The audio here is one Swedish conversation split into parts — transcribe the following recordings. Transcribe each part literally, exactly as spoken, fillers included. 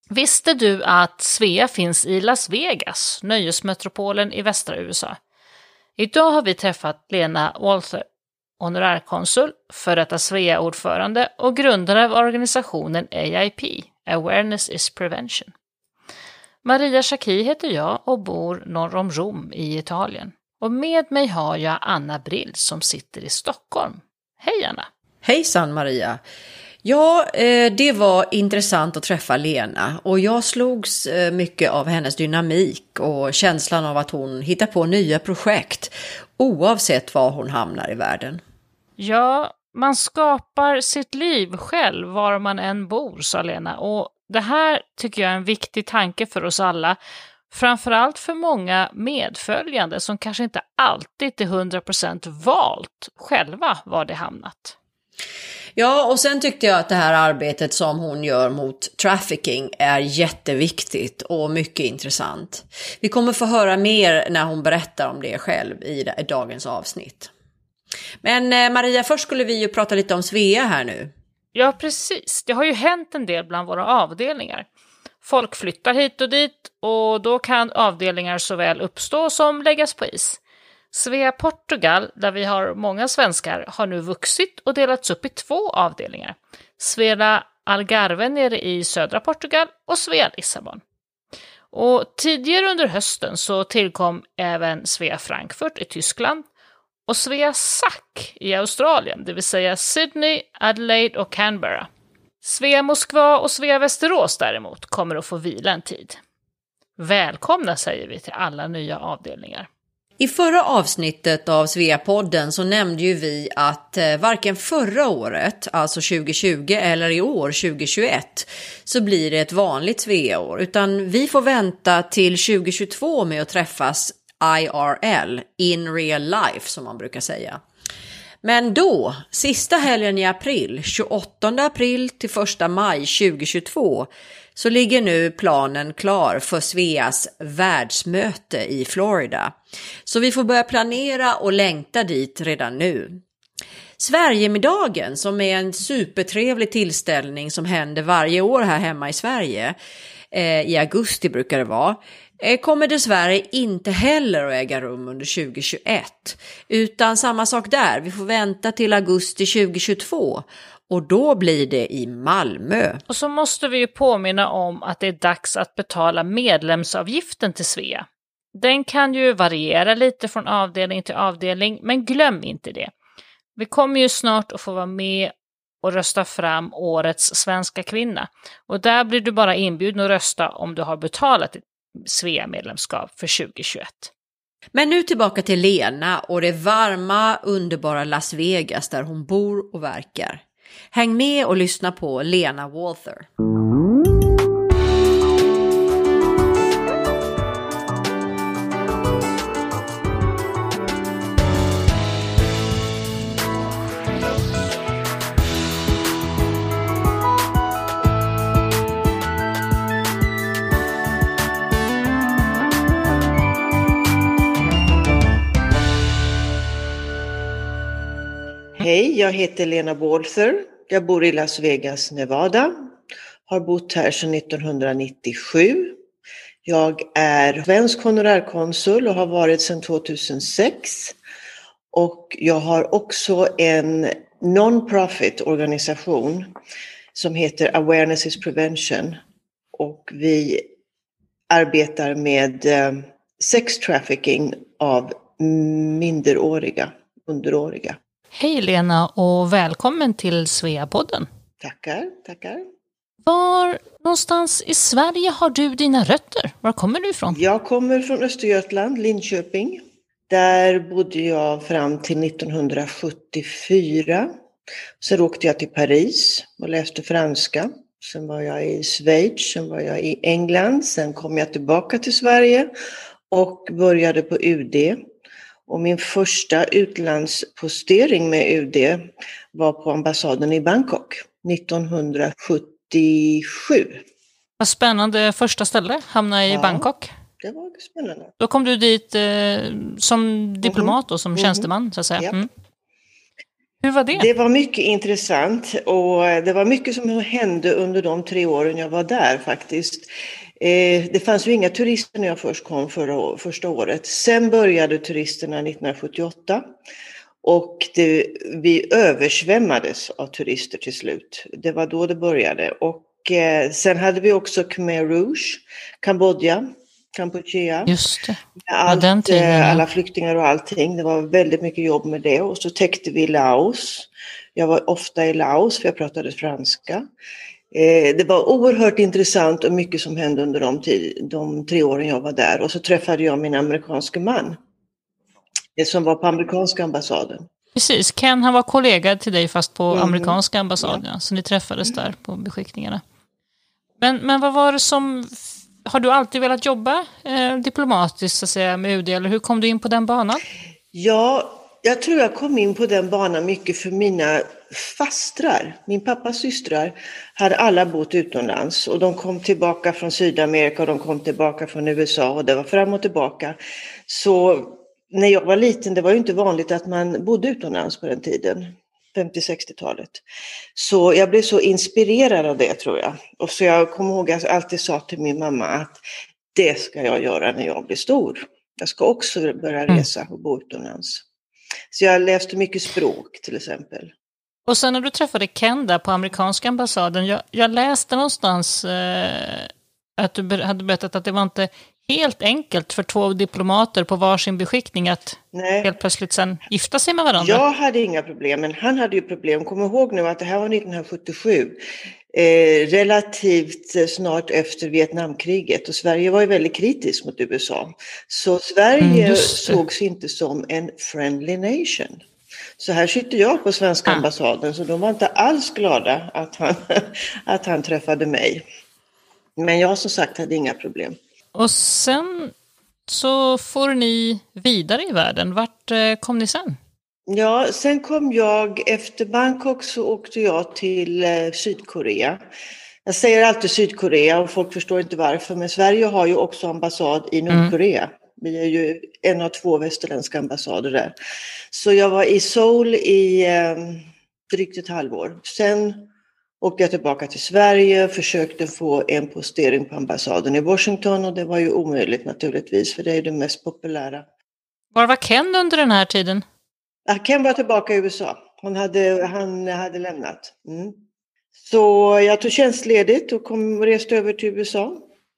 Visste du att Svea finns i Las Vegas, nöjesmetropolen i västra U S A? Idag har vi träffat Lena Walther, honorärkonsul, för detta Svea-ordförande och grundare av organisationen A I P, Awareness is Prevention. Maria Schacki heter jag och bor norr om Rom i Italien. Och med mig har jag Anna Brill som sitter i Stockholm. Hej Anna! Hejsan Maria! Ja, det var intressant att träffa Lena och jag slogs mycket av hennes dynamik och känslan av att hon hittar på nya projekt oavsett var hon hamnar i världen. Ja, man skapar sitt liv själv var man än bor, sa Lena, och det här tycker jag är en viktig tanke för oss alla. Framförallt för många medföljande som kanske inte alltid till hundra procent valt själva var det hamnat. Ja, och sen tyckte jag att det här arbetet som hon gör mot trafficking är jätteviktigt och mycket intressant. Vi kommer få höra mer när hon berättar om det själv i dagens avsnitt. Men Maria, först skulle vi ju prata lite om Svea här nu. Ja, precis. Det har ju hänt en del bland våra avdelningar. Folk flyttar hit och dit och då kan avdelningar såväl uppstå som läggas på is. Svea Portugal, där vi har många svenskar, har nu vuxit och delats upp i två avdelningar. Svea Algarve nere i södra Portugal och Svea Lissabon. Och tidigare under hösten så tillkom även Svea Frankfurt i Tyskland och Svea S A C i Australien, det vill säga Sydney, Adelaide och Canberra. Svea Moskva och Svea Västerås däremot kommer att få vila en tid. Välkomna säger vi till alla nya avdelningar. I förra avsnittet av Svea-podden så nämnde ju vi att varken förra året, alltså tjugo tjugo, eller i år tjugo tjugoett så blir det ett vanligt Svea-år, utan vi får vänta till tjugo tjugotvå med att träffas I R L, in real life som man brukar säga. Men då, sista helgen i april, tjugoåttonde april till första maj tjugo tjugotvå, så ligger nu planen klar för Sveas världsmöte i Florida. Så vi får börja planera och längta dit redan nu. Sverigemiddagen, som är en supertrevlig tillställning som händer varje år här hemma i Sverige, eh, i augusti brukar det vara, kommer dessvärre inte heller att äga rum under tjugo tjugoett, utan samma sak där, vi får vänta till augusti tjugo tjugotvå och då blir det i Malmö. Och så måste vi ju påminna om att det är dags att betala medlemsavgiften till Svea. Den kan ju variera lite från avdelning till avdelning, men glöm inte det. Vi kommer ju snart att få vara med och rösta fram årets svenska kvinna, och där blir du bara inbjuden att rösta om du har betalat ett Svea-medlemskap för tjugo tjugoett. Men nu tillbaka till Lena och det varma, underbara Las Vegas där hon bor och verkar. Häng med och lyssna på Lena Walther. Hej, jag heter Lena Walther. Jag bor i Las Vegas, Nevada. Har bott här sedan nittonhundranittiosju. Jag är svensk honorärkonsul och har varit sedan tvåtusensex. Och jag har också en non-profit organisation som heter Awareness is Prevention. Och vi arbetar med sex trafficking av minderåriga, underåriga. Hej Lena och välkommen till Svea-podden. Tackar, tackar. Var någonstans i Sverige har du dina rötter? Var kommer du ifrån? Jag kommer från Östergötland, Linköping. Där bodde jag fram till nittonhundrasjuttiofyra. Sen åkte jag till Paris och läste franska. Sen var jag i Schweiz, sen var jag i England. Sen kom jag tillbaka till Sverige och började på U D. Och min första utlandspostering med U D var på ambassaden i Bangkok nittonhundrasjuttiosju. Vad spännande första ställe, hamna i ja, Bangkok. Det var spännande. Då kom du dit eh, som diplomat och som mm-hmm. tjänsteman så att säga. Ja. Mm. Hur var det? Det var mycket intressant och det var mycket som hände under de tre åren jag var där faktiskt. Eh, det fanns ju inga turister när jag först kom förra, första året. Sen började turisterna nittonhundrasjuttioåtta och det, vi översvämmades av turister till slut. Det var då det började. Och eh, sen hade vi också Khmer Rouge, Kambodja, Kampuchea. Just det. Allt, den tiden, ja. Alla flyktingar och allting. Det var väldigt mycket jobb med det. Och så täckte vi Laos. Jag var ofta i Laos för jag pratade franska. Eh, det var oerhört intressant och mycket som hände under de, tid, de tre åren jag var där. Och så träffade jag min amerikanske man. Det som var på amerikanska ambassaden. Precis, Ken han var kollega till dig fast på Mm. amerikanska ambassaden. Ja. Så ni träffades där på beskickningarna. Men, men vad var det som... Har du alltid velat jobba eh, diplomatiskt så att säga, med U D? Eller hur kom du in på den banan? Ja, jag tror jag kom in på den banan mycket för mina fastrar. Min pappas systrar hade alla bott utomlands. Och de kom tillbaka från Sydamerika och de kom tillbaka från U S A. Och det var fram och tillbaka. Så när jag var liten, det var ju inte vanligt att man bodde utomlands på den tiden. femtio-sextiotalet. Så jag blev så inspirerad av det tror jag. Och så jag kommer ihåg att jag alltid sa till min mamma att det ska jag göra när jag blir stor. Jag ska också börja resa och bo utomlands. Så jag läste mycket språk till exempel. Och sen när du träffade Ken där på amerikanska ambassaden, jag, jag läste någonstans eh, att du ber- hade berättat att det var inte helt enkelt för två diplomater på varsin beskickning att Nej. helt plötsligt sen gifta sig med varandra. Jag hade inga problem, men han hade ju problem. Kom ihåg nu att det här var nittonhundrasjuttiosju. Eh, relativt snart efter Vietnamkriget och Sverige var ju väldigt kritiskt mot U S A. Så Sverige Mm, sågs inte som en friendly nation. Så här sitter jag på svenska ah. ambassaden så de var inte alls glada att han, att han träffade mig. Men jag som sagt hade inga problem. Och sen så får ni vidare i världen. Vart eh, kom ni sen? Ja, sen kom jag, efter Bangkok så åkte jag till eh, Sydkorea. Jag säger alltid Sydkorea och folk förstår inte varför, men Sverige har ju också ambassad i Nordkorea. Mm. Vi är ju en av två västerländska ambassader där. Så jag var i Seoul i eh, drygt ett halvår. Sen åkte jag tillbaka till Sverige, försökte få en postering på ambassaden i Washington och det var ju omöjligt naturligtvis, för det är det mest populära. Var var Ken under den här tiden? Ken var tillbaka i U S A. Han hade, han hade lämnat. Mm. Så jag tog tjänstledigt och kom och reste över till U S A.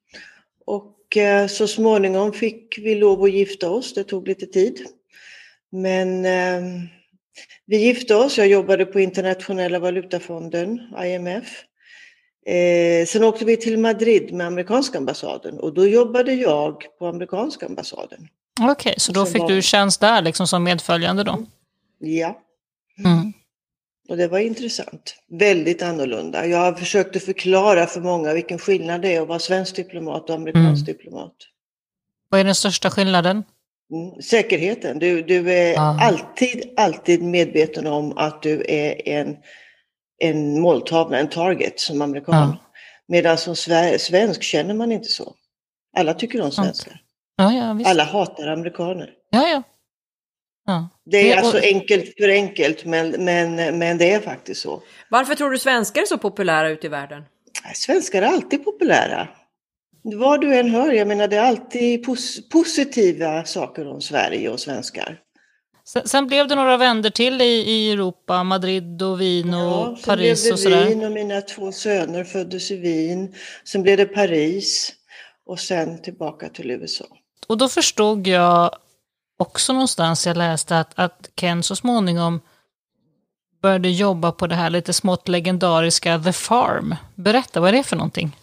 Och eh, så småningom fick vi lov att gifta oss. Det tog lite tid. Men eh, vi gifte oss. Jag jobbade på Internationella valutafonden, I M F. Eh, sen åkte vi till Madrid med amerikanska ambassaden. Och då jobbade jag på amerikanska ambassaden. Okej, okay, så då fick var... du tjänst där liksom som medföljande då? Ja. Mm. Och det var intressant. Väldigt annorlunda. Jag försökte förklara för många vilken skillnad det är att vara svensk diplomat och amerikansk mm. diplomat. Vad är den största skillnaden? Mm. Säkerheten. Du, du är ah. alltid, alltid medveten om att du är en, en måltavla, en target som amerikan. Ah. Medan som svensk känner man inte så. Alla tycker om svenskar. Ja, ja, visst. Alla hatar amerikaner. Ja, ja. ja. Det är alltså enkelt för enkelt, men, men, men det är faktiskt så. Varför tror du svenskar är så populära ute i världen? Svenskar är alltid populära. Vad du än hör, jag menar det är alltid pos- positiva saker om Sverige och svenskar. Sen, sen blev det några vänder till i, i Europa, Madrid och Wien och ja, Paris och sådär. Sen blev det Wien och mina två söner föddes i Wien. Sen blev det Paris och sen tillbaka till U S A. Och då förstod jag också någonstans, jag läste att, att Ken så småningom började jobba på det här lite smått legendariska The Farm. Berätta, vad är det för någonting?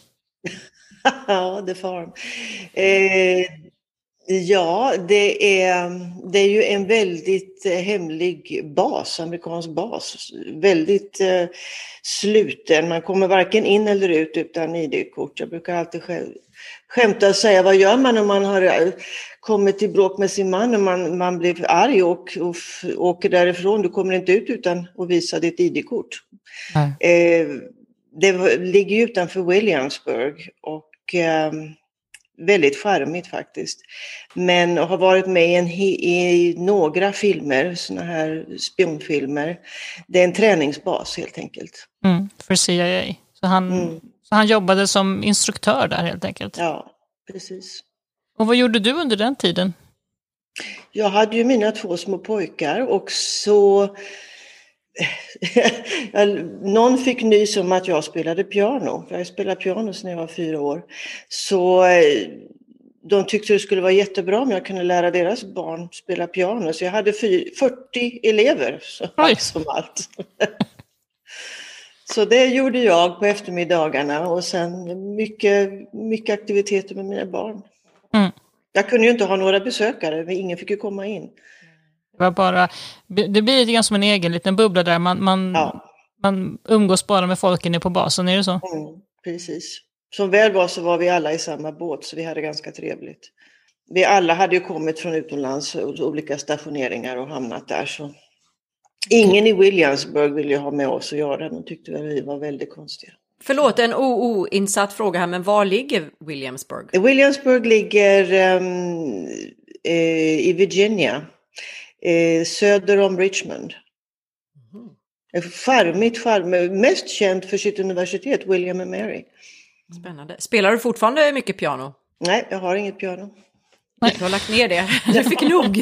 Ja, The Farm. Eh, ja, det är, det är ju en väldigt hemlig bas, amerikansk bas. Väldigt eh, sluten. Man kommer varken in eller ut utan I D-kort. Jag brukar alltid själv skämta och säga, vad gör man om man har kommit till bråk med sin man och man, man blir arg och, och, och åker därifrån? Du kommer inte ut utan att visa ditt I D-kort. Mm. Eh, det ligger utanför Williamsburg och eh, väldigt charmigt faktiskt. Men har varit med i, en, i några filmer, såna här spionfilmer. Det är en träningsbas helt enkelt. Mm, för C I A. Så han, mm. så han jobbade som instruktör där helt enkelt. Ja, precis. Och vad gjorde du under den tiden? Jag hade ju mina två små pojkar och så... Någon fick nys om att jag spelade piano. Jag spelade piano sedan jag var fyra år. Så de tyckte det skulle vara jättebra om jag kunde lära deras barn spela piano. Så jag hade fyrtio elever som allt. Så det gjorde jag på eftermiddagarna och sen mycket, mycket aktiviteter med mina barn. Mm. Jag kunde ju inte ha några besökare, men ingen fick ju komma in. Det var bara, det blir lite grann som en egen liten bubbla där man, man, ja. man umgås bara med folk inne på basen, är det så? Mm, precis. Som väl var så var vi alla i samma båt så vi hade ganska trevligt. Vi alla hade ju kommit från utomlands och olika stationeringar och hamnat där så. Ingen i Williamsburg ville ha med oss att göra, de tyckte att vi var väldigt konstiga. Förlåt, en oinsatt fråga här, men var ligger Williamsburg? Williamsburg ligger um, eh, i Virginia. Eh, söder om Richmond. Mm. Charmigt, charmigt. Mest känt för sitt universitet, William and Mary. Spännande. Spelar du fortfarande mycket piano? Nej, jag har inget piano. Nej. Du har lagt ner det. Du fick nog.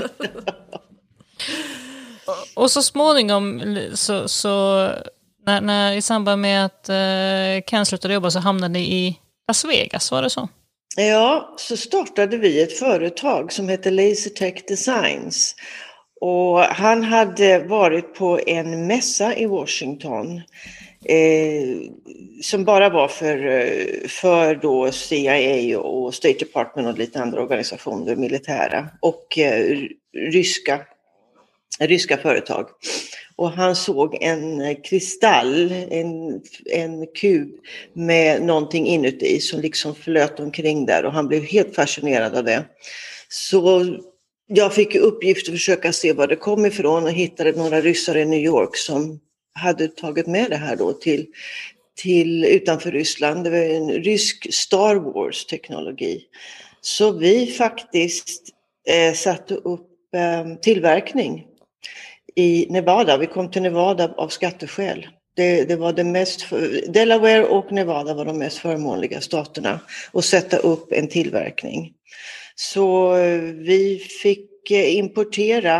Och så småningom så, så när, när i samband med att eh, Ken slutade jobba så hamnade ni i Las Vegas, var det så? Ja, så startade vi ett företag som heter Lasertech Designs. Och han hade varit på en mässa i Washington eh, som bara var för, för då C I A och State Department och lite andra organisationer, militära och eh, ryska, ryska företag. Och han såg en kristall, en, en kub med någonting inuti som liksom flöt omkring där och han blev helt fascinerad av det. Så jag fick uppgift att försöka se var det kom ifrån och hittade några ryssar i New York som hade tagit med det här då till, till utanför Ryssland. Det var en rysk Star Wars-teknologi. Så vi faktiskt eh, satte upp eh, tillverkning i Nevada. Vi kom till Nevada av skatteskäl. Det, det var det mest, Delaware och Nevada var de mest förmånliga staterna att sätta upp en tillverkning. Så vi fick importera,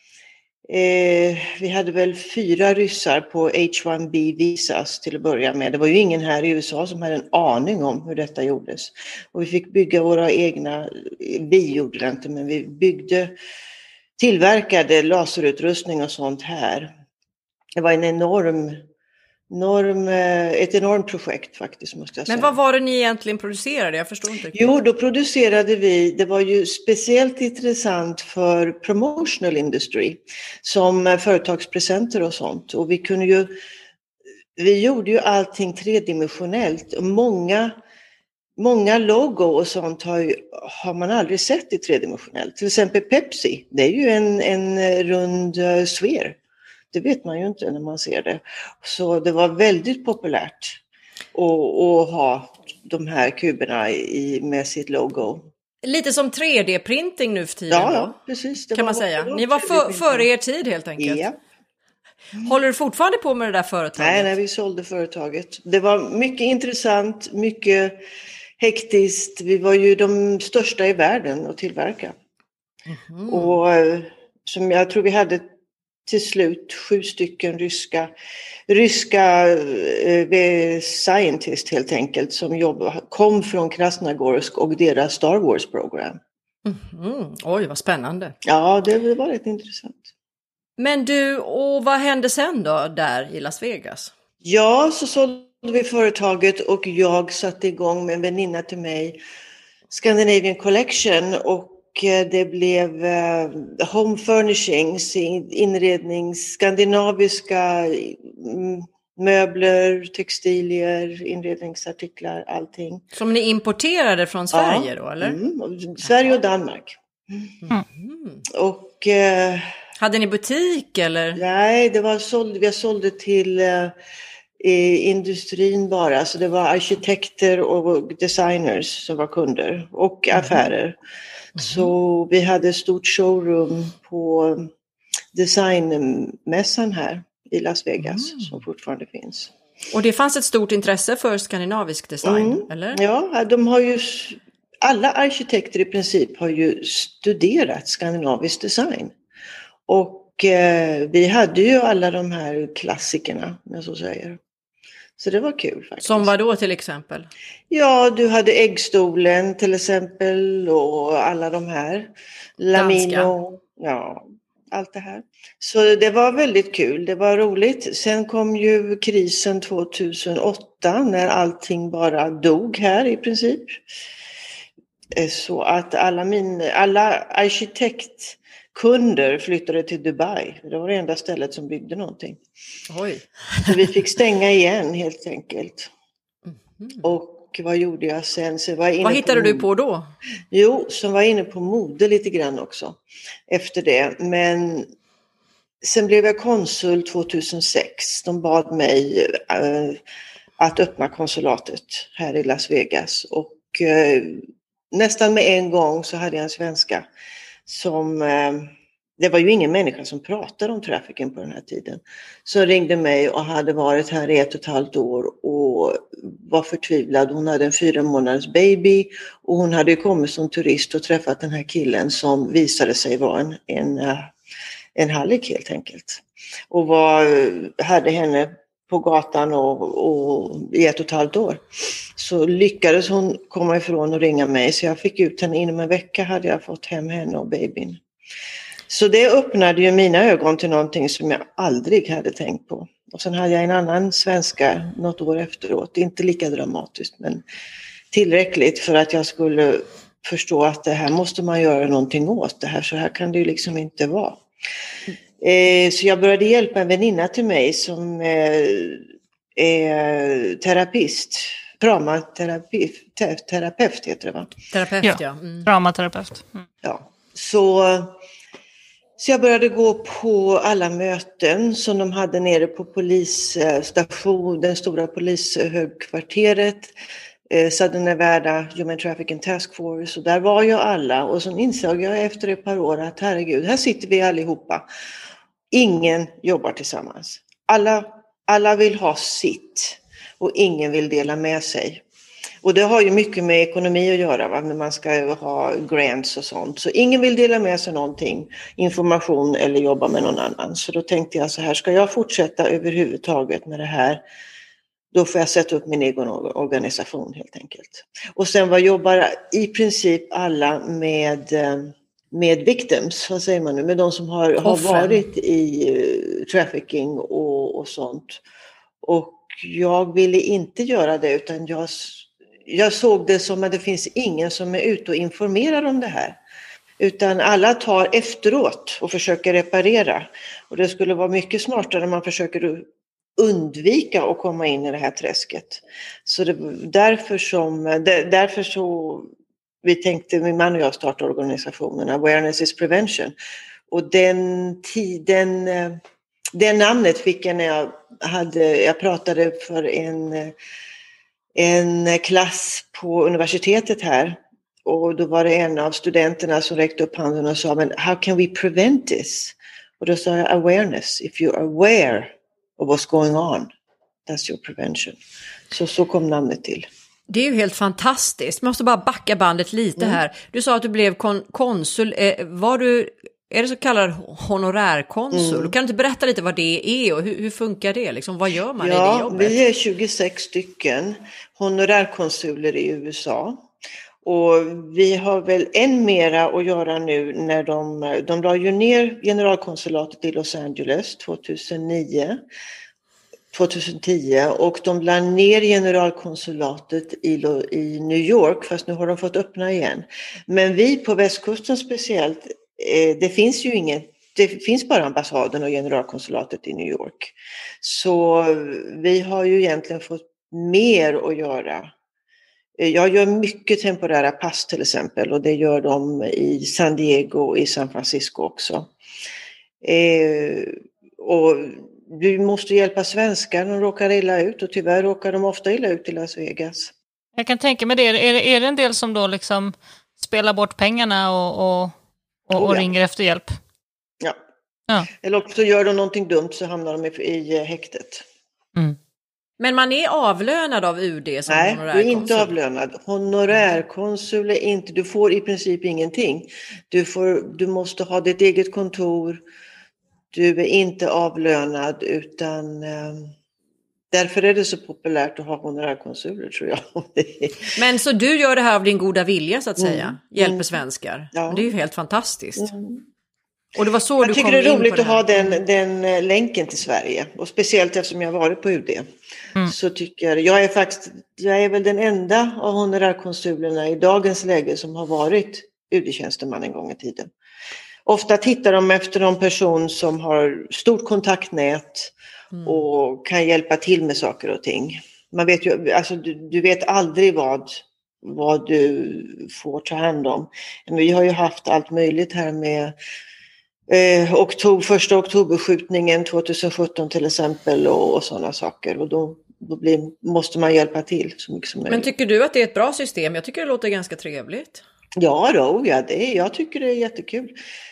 eh, vi hade väl fyra ryssar på H ett B visas till att börja med. Det var ju ingen här i U S A som hade en aning om hur detta gjordes. Och vi fick bygga våra egna, vi gjorde det inte, men vi byggde tillverkade laserutrustning och sånt här. Det var en enorm, enorm, ett enormt projekt faktiskt måste jag säga. Men vad var det ni egentligen producerade? Jag förstår inte. Jo, då producerade vi, det var ju speciellt intressant för promotional industry som företagspresenter och sånt. Och vi kunde ju, vi gjorde ju allting tredimensionellt och många Många logo och sånt har, ju, har man aldrig sett i tredimensionellt. Till exempel Pepsi, det är ju en, en rund uh, sfär. Det vet man ju inte när man ser det. Så det var väldigt populärt att, att ha de här kuberna i, med sitt logo. Lite som tre D-printing nu för tiden. Ja, då, ja precis. Det kan var, man säga. Var Ni var för, före er tid helt enkelt. Ja. Mm. Håller du fortfarande på med det där företaget? Nej, nej, vi sålde företaget. Det var mycket intressant, mycket hektiskt. Vi var ju de största i världen att tillverka. Mm-hmm. Och som jag tror vi hade till slut sju stycken ryska, ryska eh, scientists helt enkelt som jobb, kom från Krasnogorsk och deras Star Wars-program. Mm-hmm. Oj, vad spännande. Ja, det var rätt intressant. Men du, och vad hände sen då där i Las Vegas? Ja, så sålde vi företaget och jag satte igång med en väninna till mig Scandinavian Collection och det blev home furnishings, inredning, skandinaviska möbler, textilier, inredningsartiklar, allting. Som ni importerade från Sverige ja. Då, eller? Mm, Sverige och Danmark. Mm. Och... Eh, hade ni butik eller? Nej, det var såld, vi sålde till... Eh, i industrin bara. Så det var arkitekter och designers som var kunder och Mm. affärer. Mm. Så vi hade ett stort showroom på designmässan här i Las Vegas mm. som fortfarande finns. Och det fanns ett stort intresse för skandinavisk design, mm. eller? Ja, de har ju, alla arkitekter i princip har ju studerat skandinavisk design. Och eh, vi hade ju alla de här klassikerna, om jag så säger. Så det var kul faktiskt. Som vad då till exempel? Ja, du hade Äggstolen till exempel och alla de här. Lamino, ja, allt det här. Så det var väldigt kul, det var roligt. Sen kom ju krisen tjugohundraåtta när allting bara dog här i princip. Så att alla, min, alla arkitektkunder flyttade till Dubai. Det var det enda stället som byggde någonting. Oj. Så vi fick stänga igen helt enkelt. Mm. Och vad gjorde jag sen? Så var jag inne vad hittade på du på då? Jo, så var jag inne på mode lite grann också efter det. Men sen blev jag konsul tjugohundrasex. De bad mig äh, att öppna konsulatet här i Las Vegas. Och äh, nästan med en gång så hade jag en svenska som... Äh, det var ju ingen människa som pratade om trafficking på den här tiden. Så ringde mig och hade varit här i ett och ett halvt år och var förtvivlad. Hon hade en fyra månaders baby och hon hade kommit som turist och träffat den här killen som visade sig vara en, en, en hallick helt enkelt. Och var, hade henne på gatan och, och i ett och ett halvt år. Så lyckades hon komma ifrån och ringa mig, så jag fick ut henne. Inom en vecka hade jag fått hem henne och babyn. Så det öppnade ju mina ögon till någonting som jag aldrig hade tänkt på. Och sen hade jag en annan svenska något år efteråt. Inte lika dramatiskt, men tillräckligt för att jag skulle förstå att det här måste man göra någonting åt. Det här, så här kan det ju liksom inte vara. Eh, så jag började hjälpa en väninna till mig som eh, är terapist. Dramaterapeut te, terapeut heter det, va? Terapeut, ja. ja. Mm. Dramaterapeut. Mm. Ja, så... Så jag började gå på alla möten som de hade nere på polisstation, den stora polishögkvarteret, eh, Southern Nevada Human Trafficking Task Force. Och där var ju alla, och så insåg jag efter ett par år att herregud, här sitter vi allihopa. Ingen jobbar tillsammans. Alla, alla vill ha sitt och ingen vill dela med sig. Och det har ju mycket med ekonomi att göra, va? När man ska ha grants och sånt. Så ingen vill dela med sig någonting, information eller jobba med någon annan. Så då tänkte jag så här, ska jag fortsätta överhuvudtaget med det här, då får jag sätta upp min egen organisation helt enkelt. Och sen var jobbar i princip alla med, med victims, vad säger man nu, med de som har, har varit i uh, trafficking och, och sånt. Och jag ville inte göra det, utan jag... Jag såg det som att det finns ingen som är ute och informerar om det här. Utan alla tar efteråt och försöker reparera. Och det skulle vara mycket smartare om man försöker undvika att komma in i det här träsket. Så det därför som, därför så vi tänkte, min man och jag startade organisationen Awareness is Prevention. Och den tiden, det namnet fick jag när jag hade, jag pratade för en en klass på universitetet här, och då var det en av studenterna som räckte upp handen och sa, men how can we prevent this? Och då sa jag, awareness, if you're aware of what's going on, that's your prevention. Så så kom namnet till. Det är ju helt fantastiskt. Man måste bara backa bandet lite mm. här. Du sa att du blev kon- konsul. Eh, var du, är det så kallad honorärkonsul? Mm. Du kan inte berätta lite vad det är och hur, hur funkar det? Liksom, vad gör man ja, i det jobbet? Vi är tjugosex stycken honorärkonsuler i U S A. Och vi har väl än mera att göra nu när de, de la ju ner generalkonsulatet i Los Angeles tjugohundranio. tjugohundratio, och de la ner generalkonsulatet i, i New York, fast nu har de fått öppna igen. Men vi på västkusten speciellt, eh, det finns ju ingen, det finns bara ambassaden och generalkonsulatet i New York. Så vi har ju egentligen fått mer att göra. Jag gör mycket temporära pass till exempel, och det gör de i San Diego och i San Francisco också. Eh, och du måste hjälpa svenskar, de råkar illa ut och tyvärr råkar de ofta illa ut i Las Vegas. Jag kan tänka mig det. Är, är det en del som då liksom spelar bort pengarna och, och, och, Oh, och ja. ringer efter hjälp? Ja. Ja. Eller också gör de någonting dumt så hamnar de i, i häktet. Mm. Men man är avlönad av U D som Nej, du är honorärkonsul? inte avlönad. Honorärkonsul är inte, du får i princip ingenting. Du, får, du måste ha ditt eget kontor. Du är inte avlönad utan eh, därför är det så populärt att ha honorärkonsuler tror jag. Men så du gör det här av din goda vilja så att säga? Mm. Hjälper Mm. svenskar? Ja. Det är ju helt fantastiskt. Mm. Och det var så Jag du tycker kom det är in roligt på det att här. ha den, den länken till Sverige. Och speciellt eftersom jag har varit på U D. Mm. Så tycker jag, jag är faktiskt, jag är väl den enda av honorärkonsulerna i dagens läge som har varit U D-tjänsteman en gång i tiden. Ofta tittar de efter en person som har stort kontaktnät Mm. och kan hjälpa till med saker och ting. Man vet ju, alltså du, du vet aldrig vad, vad du får ta hand om. Men vi har ju haft allt möjligt här med eh, oktober, första oktoberskjutningen tjugohundrasjutton till exempel och, och sådana saker. Och då, då blir, måste man hjälpa till så mycket som möjligt. Men tycker du att det är ett bra system? Jag tycker det låter ganska trevligt. Ja, då, ja det är, jag tycker det är jättekul.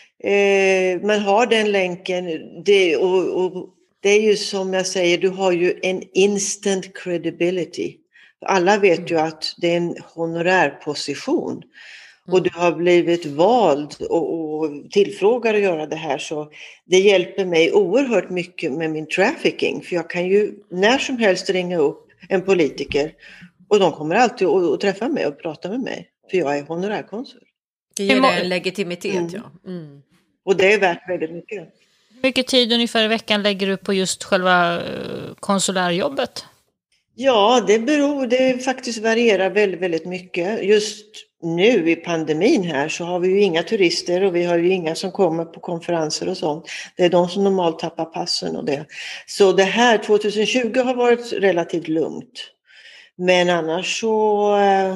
Eh, man har den länken det, och, och det är ju som jag säger, du har ju en instant credibility. Alla vet ju att det är en honorärposition och du har blivit vald och, och tillfrågad att göra det här, så det hjälper mig oerhört mycket med min trafficking, för jag kan ju när som helst ringa upp en politiker och de kommer alltid att, att träffa mig och prata med mig, för jag är honorärkonsul. Det ger Hur må- dig en legitimitet, Mm. ja. Mm. Och det är värt väldigt mycket. Hur mycket tid ungefär i veckan lägger du på just själva eh, konsulärjobbet? Ja, det beror, det faktiskt varierar väldigt, väldigt mycket. Just nu i pandemin här så har vi ju inga turister och vi har ju inga som kommer på konferenser och sånt. Det är de som normalt tappar passen och det. Så det här tjugohundratjugo har varit relativt lugnt. Men annars så eh,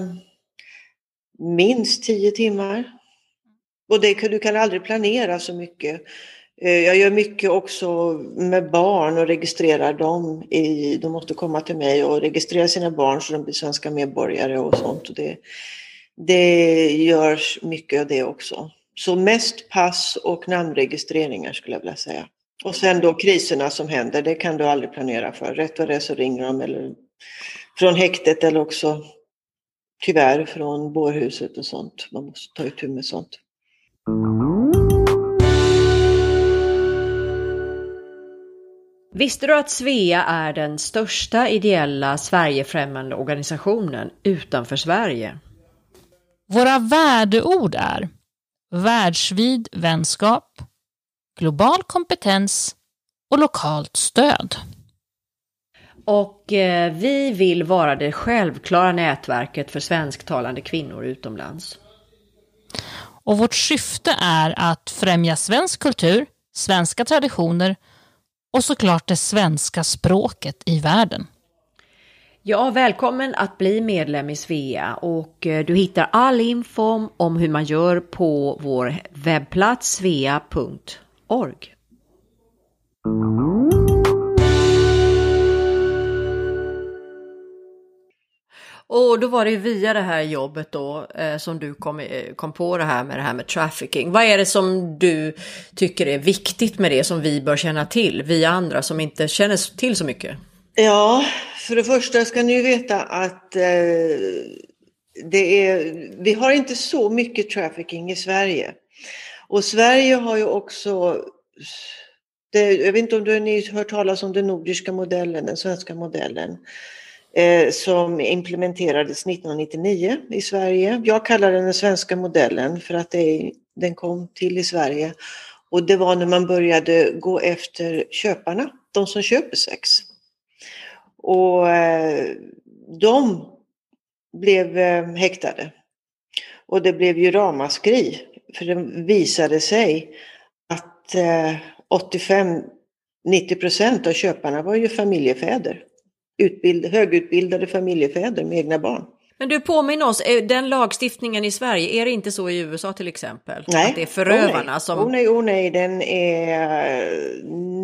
minst tio timmar. Och det, du kan aldrig planera så mycket. Jag gör mycket också med barn och registrerar dem. I, de måste komma till mig och registrera sina barn så de blir svenska medborgare och sånt. Och det, det görs mycket av det också. Så mest pass och namnregistreringar skulle jag vilja säga. Och sen då kriserna som händer, det kan du aldrig planera för. Rätt vad det är så ringer de eller från häktet eller också tyvärr från bårhuset och sånt. Man måste ta itu med sånt. Visste du att Svea är den största ideella Sverigefrämmande organisationen utanför Sverige? Våra värdeord är världsvid vänskap, global kompetens och lokalt stöd. Och eh, vi vill vara det självklara nätverket för svensktalande kvinnor utomlands. Och vårt syfte är att främja svensk kultur, svenska traditioner och såklart det svenska språket i världen. Ja, välkommen att bli medlem i Svea, och eh, du hittar all info om hur man gör på vår webbplats svea punkt org. Och då var det via det här jobbet då eh, som du kom, eh, kom på det här med det här med trafficking. Vad är det som du tycker är viktigt med det som vi bör känna till, vi andra som inte känner till så mycket? Ja, för det första ska ni veta att eh, det är, vi har inte så mycket trafficking i Sverige. Och Sverige har ju också, det, jag vet inte om du har hört talas om den nordiska modellen, den svenska modellen. Eh, som implementerades nittonhundranittionio i Sverige. Jag kallar den den svenska modellen för att det, den kom till i Sverige. Och det var när man började gå efter köparna, de som köper sex. Och eh, de blev eh, häktade. Och det blev ju ramaskri. För det visade sig att eh, åttiofem till nittio procent av köparna var ju familjefäder. Utbild, högutbildade familjefäder med egna barn. Men du, påminner oss, den lagstiftningen i Sverige, är det inte så i U S A till exempel? Nej. Att det är förövarna oh, nej. som... Oh nej, oh nej, den är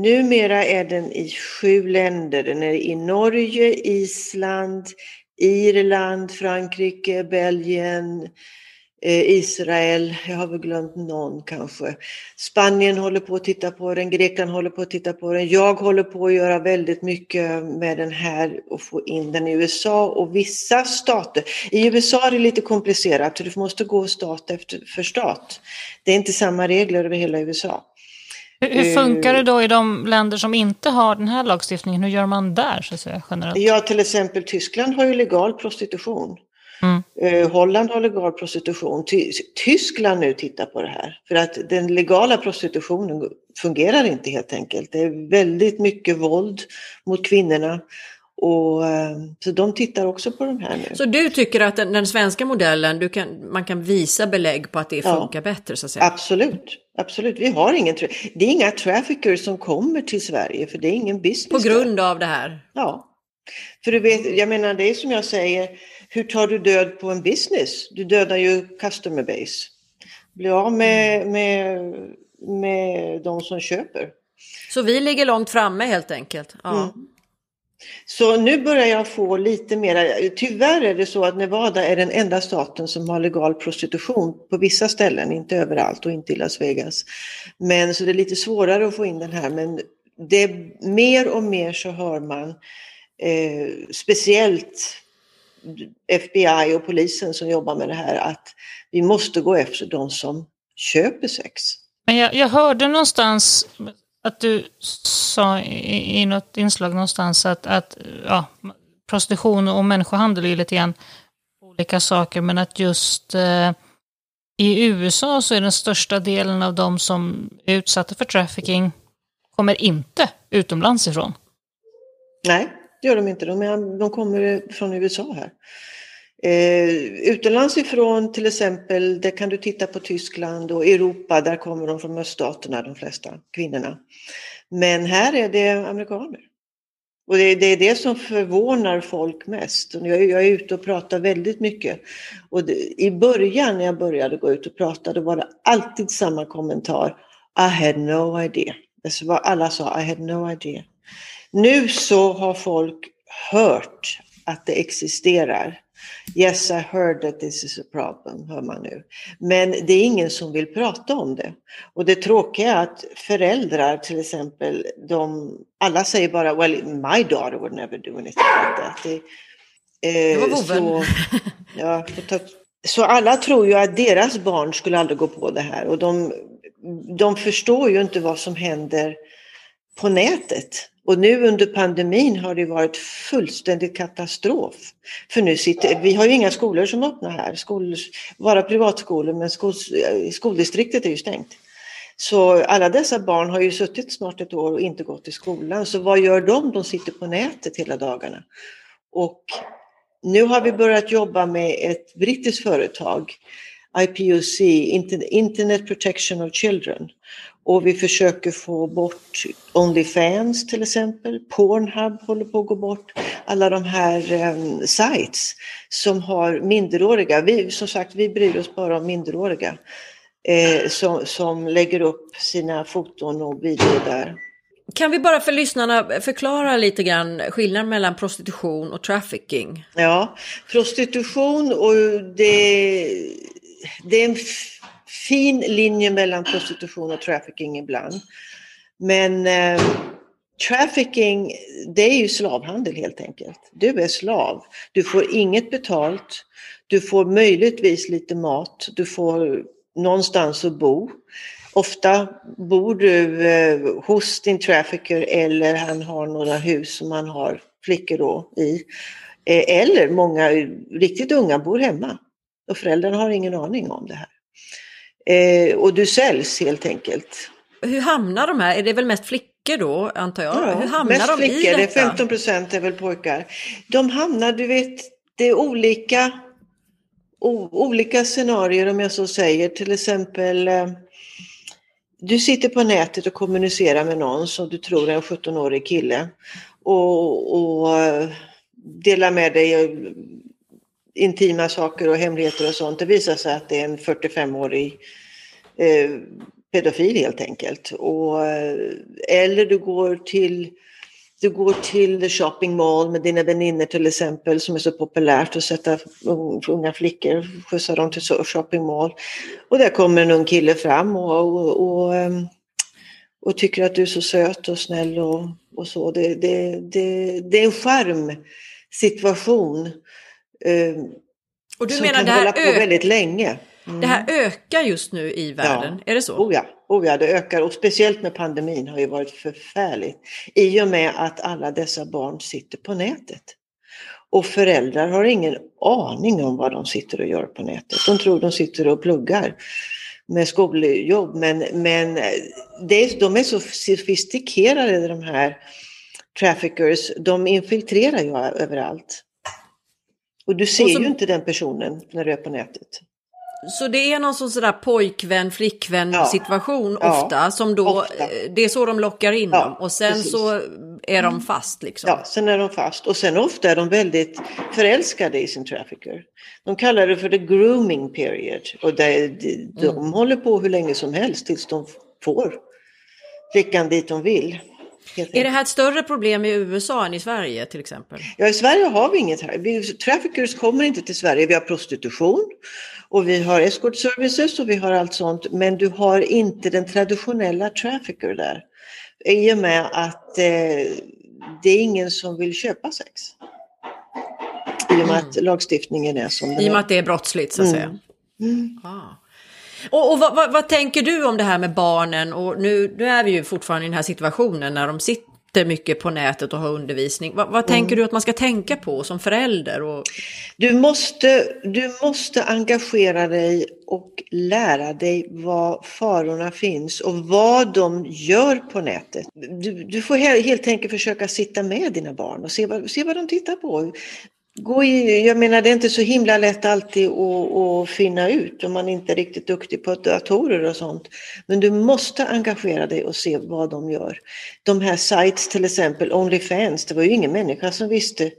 numera är den i sju länder. Den är i Norge, Island, Irland, Frankrike, Belgien, eh, Israel. Jag har väl glömt någon kanske. Spanien håller på att titta på den, Grekland håller på att titta på den. Jag håller på att göra väldigt mycket med den här och få in den i U S A och vissa stater. I U S A är det lite komplicerat, för du måste gå stat efter för stat. Det är inte samma regler över hela U S A. Hur, hur funkar det då i de länder som inte har den här lagstiftningen? Hur gör man där, så att säga, generellt? Ja, till exempel Tyskland har ju legal prostitution. Mm. Eh, Holland har legal prostitution. Ty- Tyskland nu tittar på det här. För att den legala prostitutionen fungerar inte helt enkelt. Det är väldigt mycket våld mot kvinnorna. Och, eh, så de tittar också på de här nu. Så du tycker att den, den svenska modellen, du kan, man kan visa belägg på att det funkar ja, bättre, så att säga? Absolut. Absolut. Vi har ingen, det är inga traffickers som kommer till Sverige, för det är ingen business. På grund där. av det här? Ja. För du vet, jag menar, det är som jag säger, hur tar du död på en business? Du dödar ju customer base. Bli av med, med, med de som köper. Så vi ligger långt framme helt enkelt? Ja. Mm. Så nu börjar jag få lite mer, tyvärr är det så att Nevada är den enda staten som har legal prostitution på vissa ställen, inte överallt och inte i Las Vegas. Men så det är lite svårare att få in den här, men det är mer och mer så hör man eh, speciellt F B I och polisen som jobbar med det här, att vi måste gå efter de som köper sex. Men jag, jag hörde någonstans att du sa i, i något inslag någonstans att, att ja, prostitution och människohandel är lite grann olika saker, men att just eh, i U S A så är den största delen av de som är utsatta för trafficking kommer inte utomlands ifrån. Nej, det gör de inte. De, är, de kommer från U S A här. Eh, utomlands ifrån till exempel, där kan du titta på Tyskland och Europa, där kommer de från öststaterna, de flesta kvinnorna. Men här är det amerikaner. Och det, det är det som förvånar folk mest. Och jag, jag är ute och pratar väldigt mycket. Och det, i början när jag började gå ut och prata, då var det alltid samma kommentar. I had no idea. Det var, alla sa I had no idea. Nu så har folk hört att det existerar. Yes, I heard that this is a problem, hör man nu. Men det är ingen som vill prata om det. Och det tråkiga är att föräldrar till exempel, de, alla säger bara, well, my daughter would never do anything like that. Det, eh, det var boven. Så, ja, så alla tror ju att deras barn skulle aldrig gå på det här. Och de, de förstår ju inte vad som händer på nätet. Och nu under pandemin har det varit fullständigt katastrof. För nu sitter, vi har ju inga skolor som öppnar här. Skol, bara privatskolor, men skol, skoldistriktet är ju stängt. Så alla dessa barn har ju suttit snart ett år och inte gått till skolan. Så vad gör de? De sitter på nätet hela dagarna. Och nu har vi börjat jobba med ett brittiskt företag, I P O C, Internet Protection of Children. Och vi försöker få bort OnlyFans till exempel. Pornhub håller på att gå bort. Alla de här um, sites som har minderåriga. Vi, som sagt, vi bryr oss bara om minderåriga. Eh, som, som lägger upp sina foton och videor där. Kan vi bara för lyssnarna förklara lite grann skillnaden mellan prostitution och trafficking? Ja, prostitution och det, det är en fin linje mellan prostitution och trafficking ibland. Men eh, trafficking, det är ju slavhandel helt enkelt. Du är slav. Du får inget betalt. Du får möjligtvis lite mat. Du får någonstans att bo. Ofta bor du eh, hos din trafficker, eller han har några hus som han har flickor då i. Eh, eller många riktigt unga bor hemma. Och föräldrarna har ingen aning om det här. Eh, och du säljs helt enkelt. Hur hamnar de här? Är det väl mest flickor då, antar jag? Ja, Hur hamnar mest de flickor, i detta? Det är femton procent är väl pojkar. De hamnar, du vet, det är olika, o, olika scenarier om jag så säger. Till exempel, eh, du sitter på nätet och kommunicerar med någon som du tror är en sjutton-årig kille. Och, och eh, delar med dig intima saker och hemligheter och sånt. Det visar sig att det är en fyrtiofem-årig eh, pedofil helt enkelt. Och, eller du går till du går till shopping mall med dina vänner till exempel, som är så populärt att sätta unga flickor, skjutsa dem till shopping mall. Och där kommer en ung kille fram och, och, och, och tycker att du är så söt och snäll och, och så. Det, det, det, det är en charmsituation eh, och du som menar kan det här hålla på ö- väldigt länge. Mm. Det här ökar just nu i världen, Ja. är det så? Oh ja, oh ja, det ökar, och speciellt med pandemin har ju varit förfärligt. I och med att alla dessa barn sitter på nätet. Och föräldrar har ingen aning om vad de sitter och gör på nätet. De tror de sitter och pluggar med skoljobb, men, men det är, de är så sofistikerade, de här traffickers. De infiltrerar ju överallt. Och du ser och som... ju inte den personen när du är på nätet. Så det är någon sån sådär pojkvän, flickvän ja. situation ofta, ja. som då, ofta. Det är så de lockar in ja, dem och sen precis. Så är de fast liksom. Ja, sen är de fast och sen ofta är de väldigt förälskade i sin trafficker. De kallar det för the grooming period och det, de, de mm. håller på hur länge som helst tills de får flickan dit de vill. Är det här ett större problem i U S A än i Sverige till exempel? Ja, i Sverige har vi inget här. Vi, traffickers kommer inte till Sverige. Vi har prostitution och vi har escort services och vi har allt sånt. Men du har inte den traditionella trafficker där. I och med att eh, det är ingen som vill köpa sex. I och med mm. att lagstiftningen är som den är. I och med att det är brottsligt så att mm. säga. Mm. Ah. Och, och vad, vad, vad tänker du om det här med barnen? Och nu, nu är vi ju fortfarande i den här situationen när de sitter mycket på nätet och har undervisning. Vad, vad mm. tänker du att man ska tänka på som förälder? Och... Du, måste, du måste engagera dig och lära dig var farorna finns och vad de gör på nätet. Du, du får helt enkelt försöka sitta med dina barn och se vad, se vad de tittar på. Gå i, jag menar det är inte så himla lätt alltid att, att finna ut om man inte är riktigt duktig på datorer och sånt. Men du måste engagera dig och se vad de gör. De här sites till exempel, OnlyFans, det var ju ingen människa som visste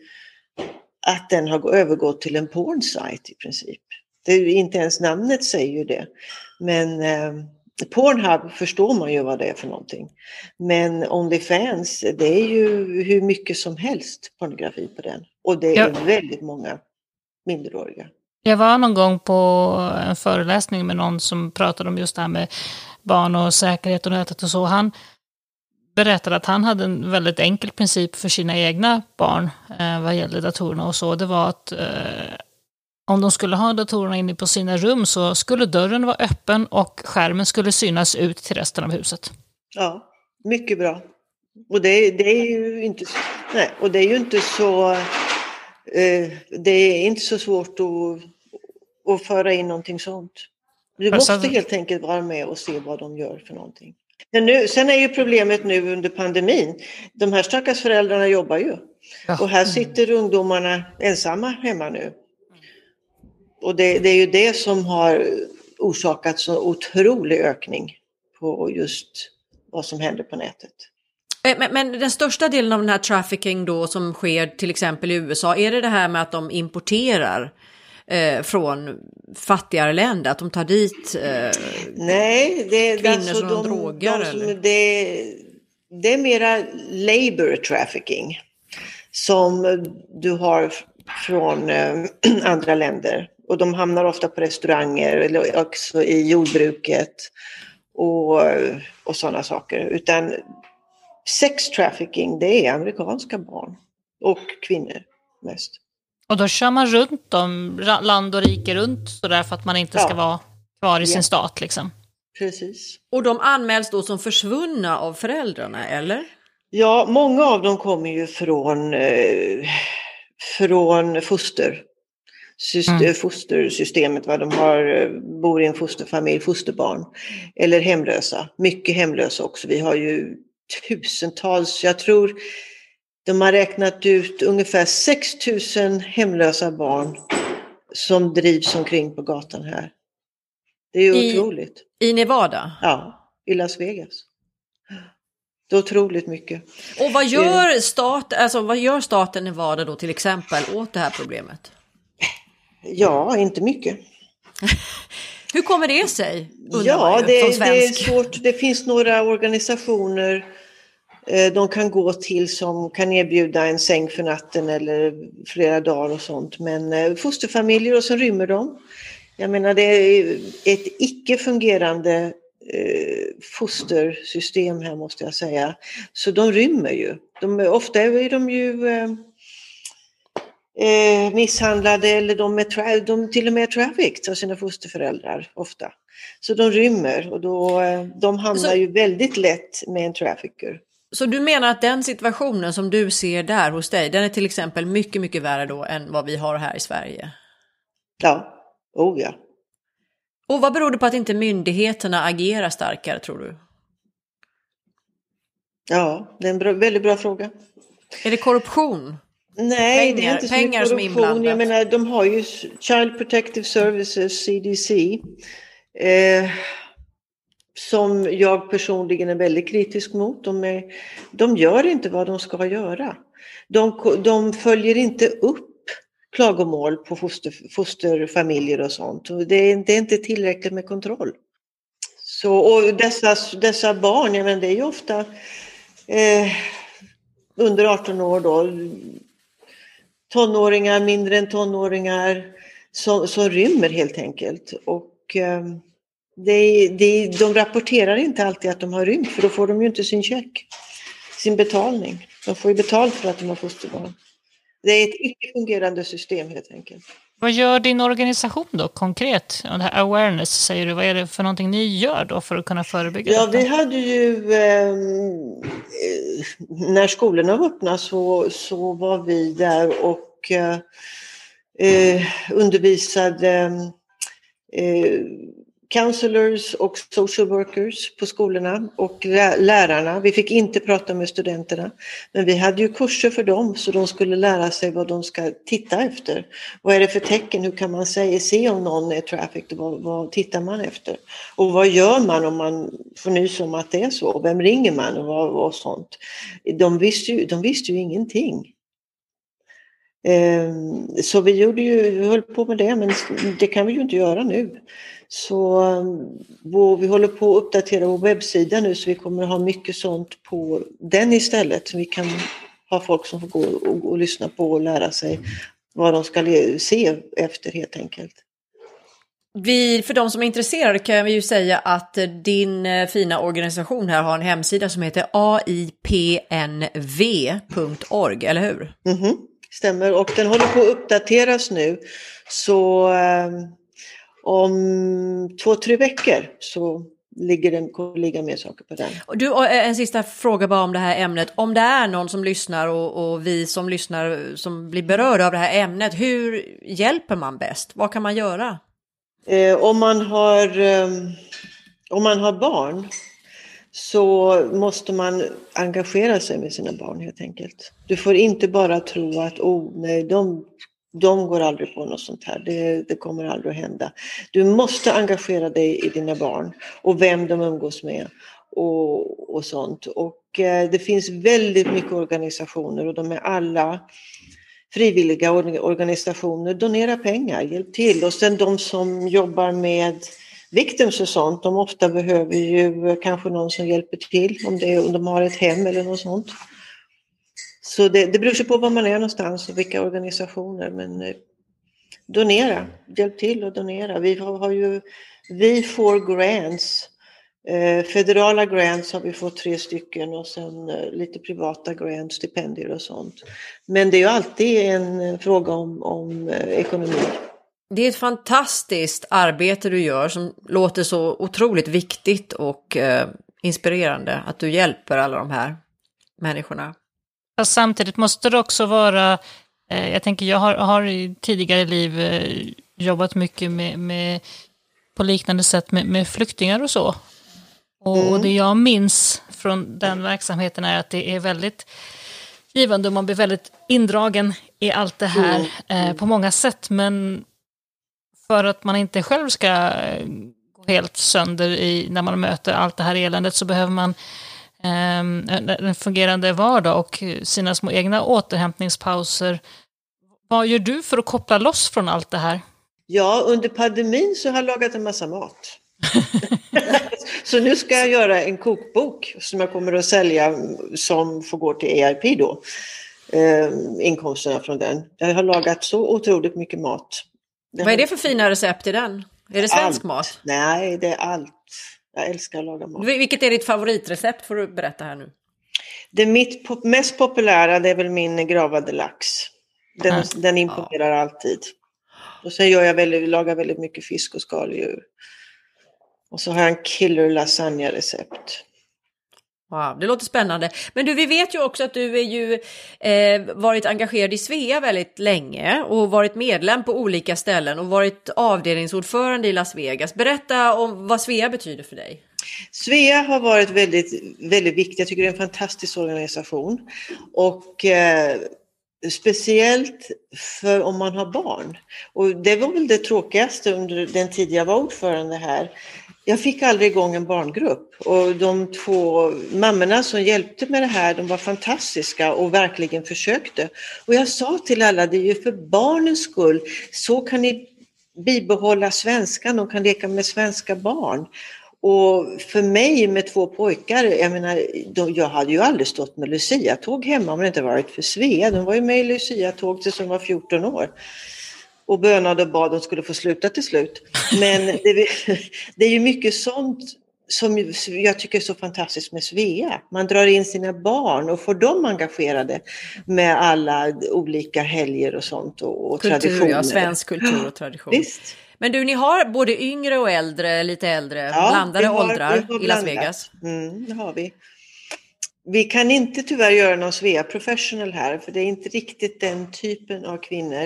att den har övergått till en porn-site i princip. Det är inte ens namnet säger ju det. Men eh, Pornhub förstår man ju vad det är för någonting. Men OnlyFans, det är ju hur mycket som helst pornografi på den. Och det är ja. väldigt många minderåriga. Jag var någon gång på en föreläsning med någon som pratade om just det här med barn och säkerhet och nätet och så. Han berättade att han hade en väldigt enkel princip för sina egna barn eh, vad gäller datorerna och så. Det var att eh, om de skulle ha datorerna inne på sina rum så skulle dörren vara öppen och skärmen skulle synas ut till resten av huset. Ja, mycket bra. Och det, det är ju inte, nej, och det är ju inte så eh, det är inte så svårt att, att föra in någonting sånt. Du måste alltså, helt enkelt vara med och se vad de gör för någonting. Men nu, sen är ju problemet nu under pandemin. De här stackars föräldrarna jobbar ju. Ja. Och här sitter ungdomarna ensamma hemma nu. Och det, det är ju det som har orsakat så otrolig ökning på just vad som händer på nätet. Men, men den största delen av den här trafficking då som sker till exempel i U S A, är det det här med att de importerar eh, från fattigare länder, att de tar dit eh, Nej, det är kvinnor alltså som de, de drogar? De som, eller? Det, det är mera labor trafficking som du har från eh, andra länder. Och de hamnar ofta på restauranger eller också i jordbruket och, och sådana saker. Utan sex trafficking, det är amerikanska barn och kvinnor mest. Och då kör man runt dem, land och rike runt, så därför att man inte ska ja. vara kvar i sin ja. stat liksom. Precis. Och de anmäls då som försvunna av föräldrarna, eller? Ja, många av dem kommer ju från, eh, från foster. Syster, mm. fostersystemet, vad de har, bor i en fosterfamilj, fosterbarn eller hemlösa, mycket hemlösa också. Vi har ju tusentals, jag tror de har räknat ut ungefär sex tusen hemlösa barn som drivs omkring på gatan här. Det är ju I, otroligt. I Nevada? Ja, i Las Vegas. Det är otroligt mycket. Och vad gör, stat, alltså, vad gör staten Nevada då till exempel åt det här problemet? Ja, inte mycket. Hur kommer det sig? Ja, ju, det, som det är svensk? svårt. Det finns några organisationer eh, de kan gå till som kan erbjuda en säng för natten eller flera dagar och sånt. Men eh, fosterfamiljer och så rymmer de. Jag menar det är ett icke-fungerande eh, fostersystem här måste jag säga. Så de rymmer ju. De, ofta är de ju eh, eh, misshandlade eller de, är tra- de till och med är trafficked av sina fosterföräldrar ofta. Så de rymmer och då, eh, de hamnar Så- ju väldigt lätt med en trafficker. Så du menar att den situationen som du ser där hos dig, den är till exempel mycket, mycket värre då än vad vi har här i Sverige? Ja, oh ja. Och vad beror det på att inte myndigheterna agerar starkare, tror du? Ja, det är en bra, väldigt bra fråga. Är det korruption? Nej, Pengar- det är inte så pengar mycket som är korruption. inblandat. Jag menar, de har ju Child Protective Services, C D C, eh, som jag personligen är väldigt kritisk mot. De, är, de gör inte vad de ska göra. De, de följer inte upp klagomål på foster, fosterfamiljer och sånt. Och det, är, det är inte tillräckligt med kontroll. Så, och dessa, dessa barn, jag menar, det är ju ofta eh, under arton år då, tonåringar, mindre än tonåringar som, som rymmer helt enkelt. Och eh, det, det, de rapporterar inte alltid att de har rymt för då får de ju inte sin check, sin betalning. De får ju betalt för att de har fosterbarn. Det är ett icke-fungerande system helt enkelt. Vad gör din organisation då konkret? Och det här awareness säger du, vad är det för någonting ni gör då för att kunna förebygga Ja, detta? vi hade ju, eh, när skolorna var öppna så, så var vi där och eh, undervisade eh, counselors och social workers på skolorna och lärarna. Vi fick inte prata med studenterna, men vi hade ju kurser för dem så de skulle lära sig vad de ska titta efter. Vad är det för tecken? Hur kan man säga, se om någon är trafficked? Vad, vad tittar man efter? Och vad gör man om man får nys om att det är så? Vem ringer man och vad, vad sånt? De visste ju, de visste ju ingenting. Så vi gjorde ju, vi höll på med det, men det kan vi ju inte göra nu. Så vår, vi håller på att uppdatera vår webbsida nu så vi kommer att ha mycket sånt på den istället. Så vi kan ha folk som får gå och, och lyssna på och lära sig vad de ska le- se efter helt enkelt. Vi, för de som är intresserade kan vi ju säga att din fina organisation här har en hemsida som heter a i p n v punkt org, eller hur? Mm-hmm. Stämmer, och den håller på att uppdateras nu. Så eh, om två, tre veckor så ligger den, ligger mer saker på den. Och du, en sista fråga bara om det här ämnet. Om det är någon som lyssnar och, och vi som lyssnar som blir berörda av det här ämnet, hur hjälper man bäst? Vad kan man göra? Eh, om man har, eh, om man har barn så måste man engagera sig med sina barn helt enkelt. Du får inte bara tro att oh, nej, de, de går aldrig på något sånt här. Det, det kommer aldrig att hända. Du måste engagera dig i dina barn och vem de umgås med och, och sånt. Och eh, det finns väldigt mycket organisationer och de är alla frivilliga organisationer. Donera pengar, hjälp till. Och sen de som jobbar med victims och sånt, de ofta behöver ju kanske någon som hjälper till om, det, om de har ett hem eller något sånt. Så det, det beror sig på var man är någonstans och vilka organisationer, men eh, donera, hjälp till och donera. Vi har, har ju, vi får grants, eh, federala grants har vi fått tre stycken och sen eh, lite privata grants, stipendier och sånt. Men det är ju alltid en fråga om, om eh, ekonomi. Det är ett fantastiskt arbete du gör som låter så otroligt viktigt och eh, inspirerande att du hjälper alla de här människorna. Fast samtidigt måste det också vara, eh, jag tänker jag har, har i tidigare liv eh, jobbat mycket med, med på liknande sätt med, med flyktingar och så. Och, Mm. och det jag minns från den verksamheten är att det är väldigt givande och man blir väldigt indragen i allt det här Mm. Mm. eh, på många sätt, men för att man inte själv ska gå helt sönder i, när man möter allt det här eländet så behöver man eh, en fungerande vardag och sina små egna återhämtningspauser. Vad gör du för att koppla loss från allt det här? Ja, under pandemin så har jag lagat en massa mat. Så nu ska jag göra en kokbok som jag kommer att sälja som får gå till A I P då. Eh, inkomsterna från den. Jag har lagat så otroligt mycket mat. Det Vad är det för fina recept i den? Är det svensk allt. mat? Nej, det är allt. Jag älskar att laga mat. Vilket är ditt favoritrecept, får du berätta här nu. Det mitt po- mest populära, det är väl min gravade lax. Den, Mm. den imponerar ja. alltid. Och sen gör jag väldigt, lagar väldigt mycket fisk och skaldjur. Och så har jag en killer lasagna-recept. Wow, det låter spännande. Men du, vi vet ju också att du är ju eh, varit engagerad i Svea väldigt länge och varit medlem på olika ställen och varit avdelningsordförande i Las Vegas. Berätta om vad Svea betyder för dig. Svea har varit väldigt, väldigt viktig. Jag tycker det är en fantastisk organisation. Och eh, speciellt för om man har barn. Och det var väl det tråkigaste under den tid jag var ordförande här. Jag fick aldrig igång en barngrupp och de två mammorna som hjälpte med det här, de var fantastiska och verkligen försökte. Och jag sa till alla, det är ju för barnens skull, så kan ni bibehålla svenskan, de kan leka med svenska barn. Och för mig med två pojkar, jag menar, de, jag hade ju aldrig stått med Lucia-tåg hemma om det inte varit för Svea. De var ju med i Lucia-tåg tills de var fjorton år. Och bönade och bad de skulle få sluta till slut. Men det, det är ju mycket sånt som jag tycker är så fantastiskt med Svea. Man drar in sina barn och får dem engagerade med alla olika helger och sånt och, och kultur, traditioner. Ja, svensk kultur och tradition. Visst. Men du, ni har både yngre och äldre, lite äldre, Ja, blandade har, åldrar i Las Vegas. Mm, det har vi. Vi kan inte tyvärr göra någon Svea Professional här, för det är inte riktigt den typen av kvinnor.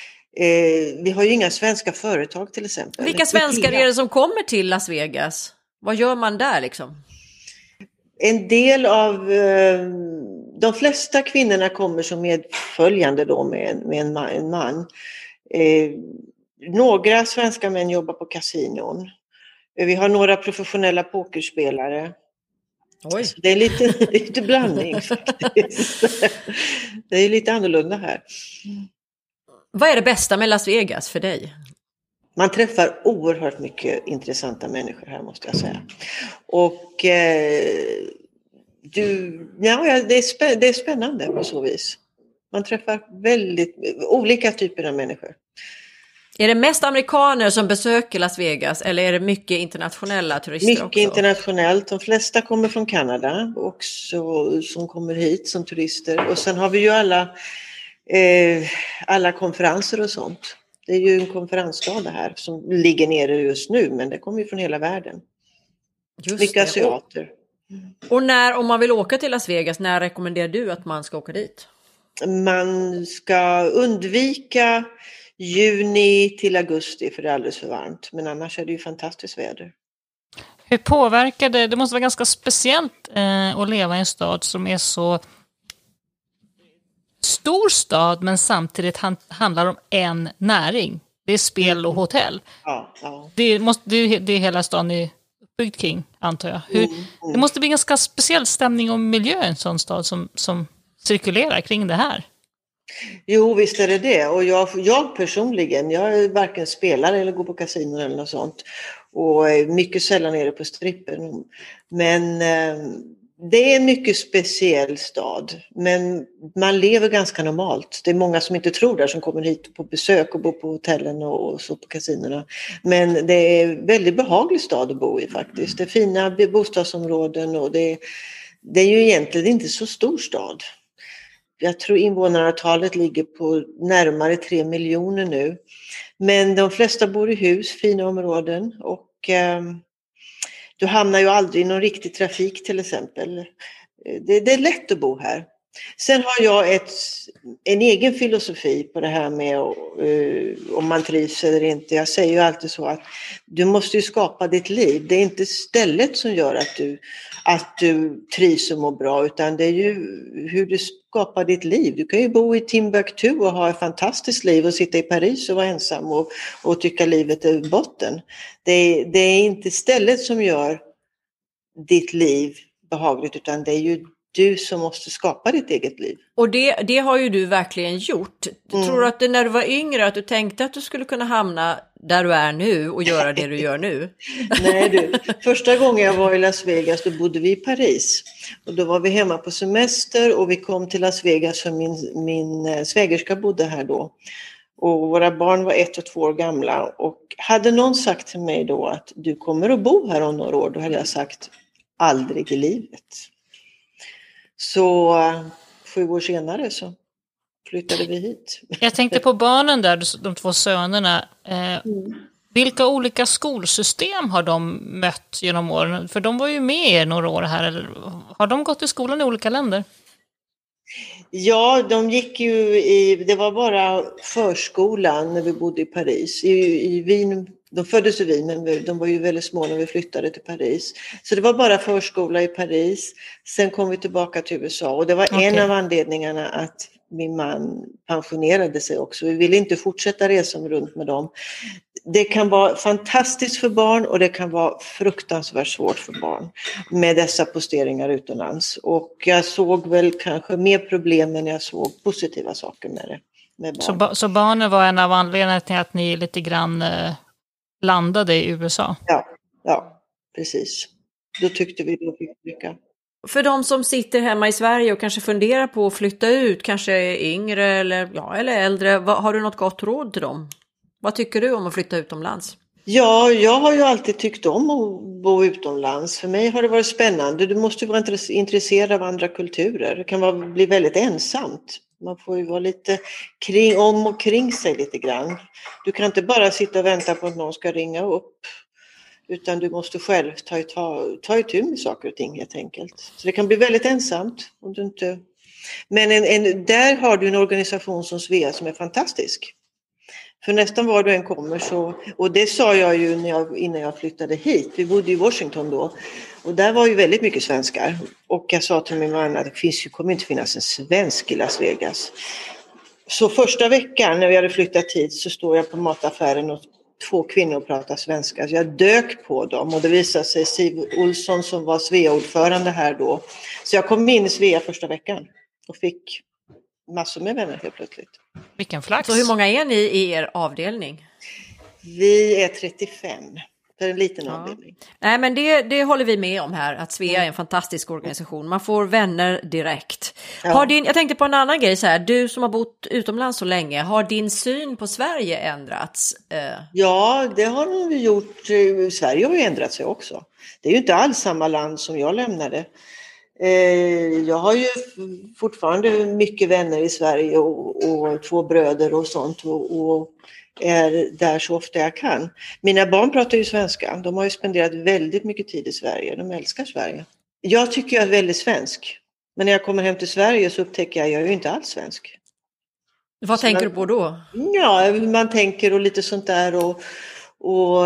Eh, vi har ju inga svenska företag till exempel. Vilka svenskar är det som kommer till Las Vegas? Vad gör man där liksom? En del av, eh, de flesta kvinnorna kommer som medföljande då med, med en man. En man. Eh, några svenska män jobbar på kasinon. Vi har några professionella pokerspelare. Oj. Så det är lite, lite blandning faktiskt. Det är lite annorlunda här. Vad är det bästa med Las Vegas för dig? Man träffar oerhört mycket intressanta människor här, måste jag säga. Och eh, du, ja, det, är spä, det är spännande på så vis. Man träffar väldigt olika typer av människor. Är det mest amerikaner som besöker Las Vegas eller är det mycket internationella turister mycket också? Mycket internationellt. De flesta kommer från Kanada också, som kommer hit som turister. Och sen har vi ju alla, eh, alla konferenser och sånt. Det är ju en konferensstad det här som ligger nere just nu, men det kommer ju från hela världen. Just mycket det. asiater. Och, och när, om man vill åka till Las Vegas, när rekommenderar du att man ska åka dit? Man ska undvika juni till augusti för det är alldeles för varmt. Men annars är det ju fantastiskt väder. Hur påverkar det? Det måste vara ganska speciellt eh, att leva i en stad som är så stor stad men samtidigt han, handlar om en näring. Det är spel och hotell. Ja, ja. Det, måste, det, det är hela stan är uppbyggd kring, antar jag. Hur, mm, mm. Det måste bli ganska speciell stämning och miljö i en sån stad som, som cirkulerar kring det här. Jo, visst är det det. Och jag, jag personligen, jag är varken spelare eller går på kasino eller något sånt. Och är mycket sällan nere på strippen. Men eh, det är en mycket speciell stad. Men man lever ganska normalt. Det är många som inte tror där som kommer hit på besök och bor på hotellen och, och så på kasinorna. Men det är en väldigt behaglig stad att bo i faktiskt. Det är fina bostadsområden och det, det är ju egentligen inte så stor stad. Jag tror invånarantalet ligger på närmare tre miljoner nu. Men de flesta bor i hus, fina områden. Och eh, du hamnar ju aldrig i någon riktig trafik till exempel. Det, det är lätt att bo här. Sen har jag ett, en egen filosofi på det här med uh, om man trivs eller inte. Jag säger ju alltid så att du måste ju skapa ditt liv. Det är inte stället som gör att du, att du trivs och mår bra, utan det är ju hur du skapar ditt liv. Du kan ju bo i Timbuktu och ha ett fantastiskt liv och sitta i Paris och vara ensam och, och tycka livet är botten. Det, det är inte stället som gör ditt liv behagligt, utan det är ju du som måste skapa ditt eget liv. Och det, det har ju du verkligen gjort. Mm. Tror du att det, när du var yngre att du tänkte att du skulle kunna hamna där du är nu och göra det du gör nu? Nej du, första gången jag var i Las Vegas då bodde vi i Paris. Och då var vi hemma på semester och vi kom till Las Vegas för min, min svägerska bodde här då. Och våra barn var ett och två år gamla. Och hade någon sagt till mig då att du kommer att bo här om några år, då hade jag sagt aldrig i livet. Så sju år senare så flyttade vi hit. Jag tänkte på barnen där, de två sönerna. Eh, mm. Vilka olika skolsystem har de mött genom åren? För de var ju med er några år här. Eller har de gått i skolan i olika länder? Ja, de gick ju i, det var bara förskolan när vi bodde i Paris. I, i Wien, de föddes i Wien men de var ju väldigt små när vi flyttade till Paris. Så det var bara förskola i Paris. Sen kom vi tillbaka till U S A och det var okay. En av anledningarna att min man pensionerade sig också. Vi ville inte fortsätta resan runt med dem. Det kan vara fantastiskt för barn och det kan vara fruktansvärt svårt för barn med dessa posteringar utomlands. Och jag såg väl kanske mer problem än jag såg positiva saker med det. Med barn. Så, ba- så barnen var en av anledningarna till att ni lite grann eh, landade i U S A? Ja, ja, precis. Då tyckte vi då fick lycka. För de som sitter hemma i Sverige och kanske funderar på att flytta ut, kanske är yngre eller, ja, eller äldre, vad, har du något gott råd till dem? Vad tycker du om att flytta utomlands? Ja, jag har ju alltid tyckt om att bo utomlands. För mig har det varit spännande. Du måste ju vara intresserad av andra kulturer. Det kan vara, bli väldigt ensamt. Man får ju vara lite kring, om och kring sig lite grann. Du kan inte bara sitta och vänta på att någon ska ringa upp. Utan du måste själv ta, ta, ta itu med saker och ting helt enkelt. Så det kan bli väldigt ensamt om du inte... Men en, en, där har du en organisation som Svea som är fantastisk. För nästan var du än kommer så... Och det sa jag ju när jag, innan jag flyttade hit. Vi bodde i Washington då. Och där var ju väldigt mycket svenskar. Och jag sa till min man att det finns ju, kommer inte finnas en svensk i Las Vegas. Så första veckan när vi hade flyttat hit så står jag på mataffären och två kvinnor pratar svenska. Så jag dök på dem och det visade sig Siv Olsson som var Svea-ordförande här då. Så jag kom in i Svea första veckan och fick massor med vänner helt plötsligt. Vilken flax. Så hur många är ni i er avdelning? Vi är trettiofem. För en liten ja. avdelning. Nej, men det, det håller vi med om här, att Svea är en fantastisk organisation. Man får vänner direkt. Ja. Har din, jag tänkte på en annan grej så här, du som har bott utomlands så länge, har din syn på Sverige ändrats? Eh... Ja, det har vi gjort. Sverige har ju ändrat sig också. Det är ju inte alls samma land som jag lämnade. Eh, jag har ju fortfarande mycket vänner i Sverige och, och två bröder och sånt och, och är där så ofta jag kan. Mina barn pratar ju svenska. De har ju spenderat väldigt mycket tid i Sverige. De älskar Sverige. Jag tycker jag är väldigt svensk. Men när jag kommer hem till Sverige så upptäcker jag att jag är ju inte alls svensk. Vad så tänker man, du på då? Ja, man tänker och lite sånt där. Och, och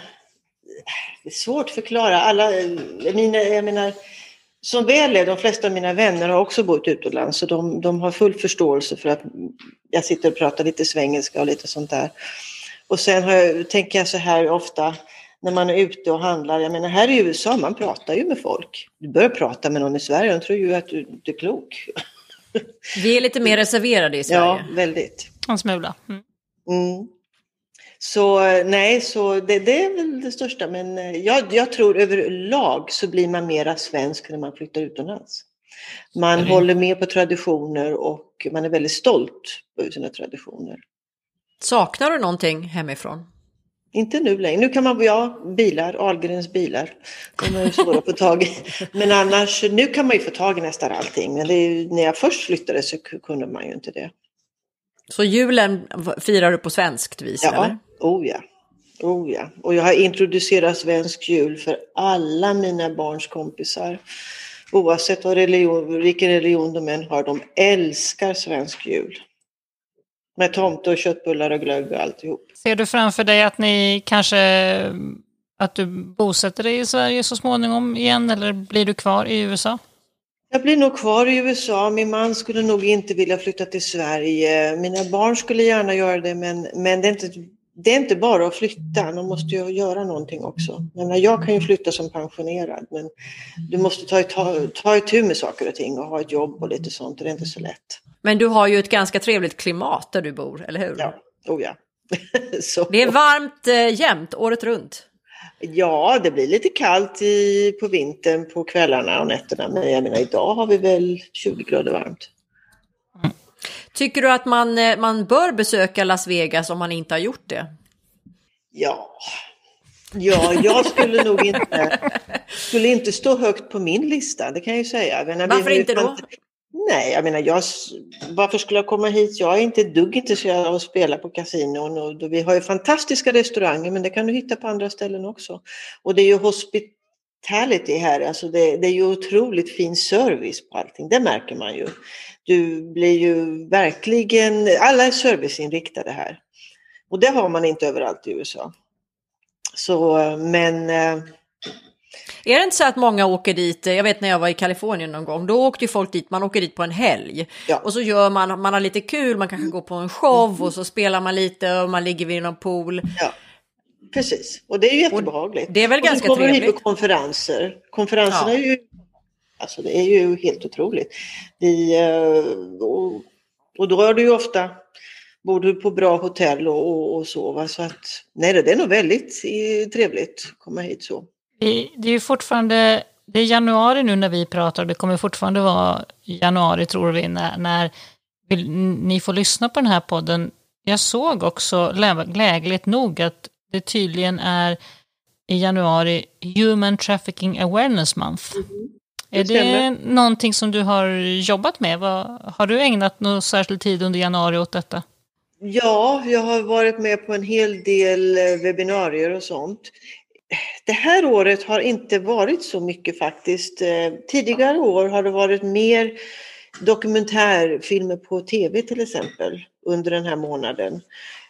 det är svårt att förklara. Alla, mina, jag menar, som väl är, de flesta av mina vänner har också bott utomlands. Så de, de har full förståelse för att jag sitter och pratar lite svengelska och lite sånt där. Och sen har jag, tänker jag så här ofta när man är ute och handlar. Jag menar här i U S A, man pratar ju med folk. Du börjar prata med någon i Sverige, de tror ju att du, du är klok. Vi är lite mer reserverade i Sverige. Ja, väldigt. En smula. Mm. Mm. Så nej, så det, det är väl det största. Men jag, jag tror överlag så blir man mera svensk när man flyttar utomlands. Man mm. håller med på traditioner och man är väldigt stolt på sina traditioner. Saknar du någonting hemifrån? Inte nu längre. Nu kan man, ja, bilar, Ahlgrens bilar. De är svåra att få tag i. Men annars, nu kan man ju få tag i nästan allting. Men det är, när jag först flyttade så kunde man ju inte det. Så julen firar du på svenskt vis, ja, eller? Oh ja, oh ja. Och jag har introducerat svensk jul för alla mina barns kompisar. Oavsett vad religion, vilken religion de än har, de älskar svensk jul. Med tomte och köttbullar och glögg och alltihop. Ser du framför dig att ni kanske, att du bosätter dig i Sverige så småningom igen, eller blir du kvar i U S A? Jag blir nog kvar i U S A. Min man skulle nog inte vilja flytta till Sverige. Mina barn skulle gärna göra det, men, men det är inte det är inte bara att flytta, man måste ju göra någonting också. Men jag kan ju flytta som pensionerad, men du måste ta, ta, ta itu med saker och ting och ha ett jobb och lite sånt, och det är inte så lätt. Men du har ju ett ganska trevligt klimat där du bor, eller hur? Ja, oh ja. Så. Det är varmt eh, jämt, året runt. Ja, det blir lite kallt i, på vintern på kvällarna och nätterna, men jag menar idag har vi väl tjugo grader varmt. Mm. Tycker du att man, man bör besöka Las Vegas om man inte har gjort det? Ja, ja jag skulle nog inte, skulle inte stå högt på min lista, det kan jag ju säga. Jag menar, varför inte då? Nej, jag menar, jag, varför skulle jag komma hit? Jag är inte dugg intresserad av att spela på kasinon. Och, och vi har ju fantastiska restauranger, men det kan du hitta på andra ställen också. Och det är ju hospitality här, alltså det, det är ju otroligt fin service på allting, det märker man ju. Du blir ju verkligen, alla är serviceinriktade här. Och det har man inte överallt i U S A. Så, men... Är det inte så att många åker dit, jag vet när jag var i Kalifornien någon gång, då åkte ju folk dit, man åker dit på en helg. Ja. Och så gör man, man har lite kul, man kanske går på en show och så spelar man lite och man ligger vid någon pool. Ja, precis. Och det är ju jättebehagligt. Och det är väl och ganska trevligt. Och trevligt. Hit på konferenser. Konferenserna ja. är ju, alltså det är ju helt otroligt. Vi, och, och då är du ju ofta, bor du på bra hotell och, och, och så. Va? Så att, nej, det är nog väldigt trevligt att komma hit så. Det är ju fortfarande, det är januari nu när vi pratar, det kommer fortfarande vara januari tror vi när, när vi, ni får lyssna på den här podden. Jag såg också glädjligt nog att det tydligen är i januari Human Trafficking Awareness Month. Mm. Det är det någonting som du har jobbat med? Vad, har du ägnat någon särskild tid under januari åt detta? Ja, jag har varit med på en hel del webbinarier och sånt. Det här året har inte varit så mycket faktiskt. Tidigare år har det varit mer dokumentärfilmer på tv till exempel under den här månaden.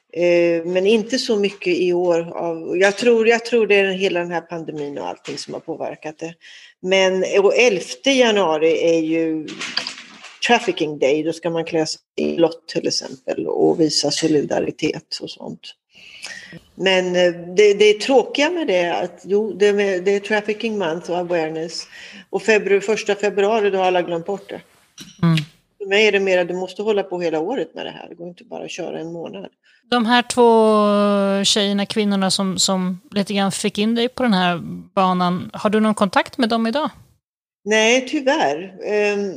Men inte så mycket i år. Jag tror, jag tror det är hela den här pandemin och allting som har påverkat det. Men elfte januari är ju Trafficking Day. Då ska man klä sig i blått till exempel och visa solidaritet och sånt. Men det, det är tråkiga med det att jo, det, är, det är Trafficking Month och Awareness. Och februari, första februari då har alla glömt bort det. Mm. För mig är det mer att du måste hålla på hela året med det här. Det går inte bara att köra en månad. De här två tjejerna, kvinnorna som, som lite grann fick in dig på den här banan. Har du någon kontakt med dem idag? Nej, tyvärr. Um,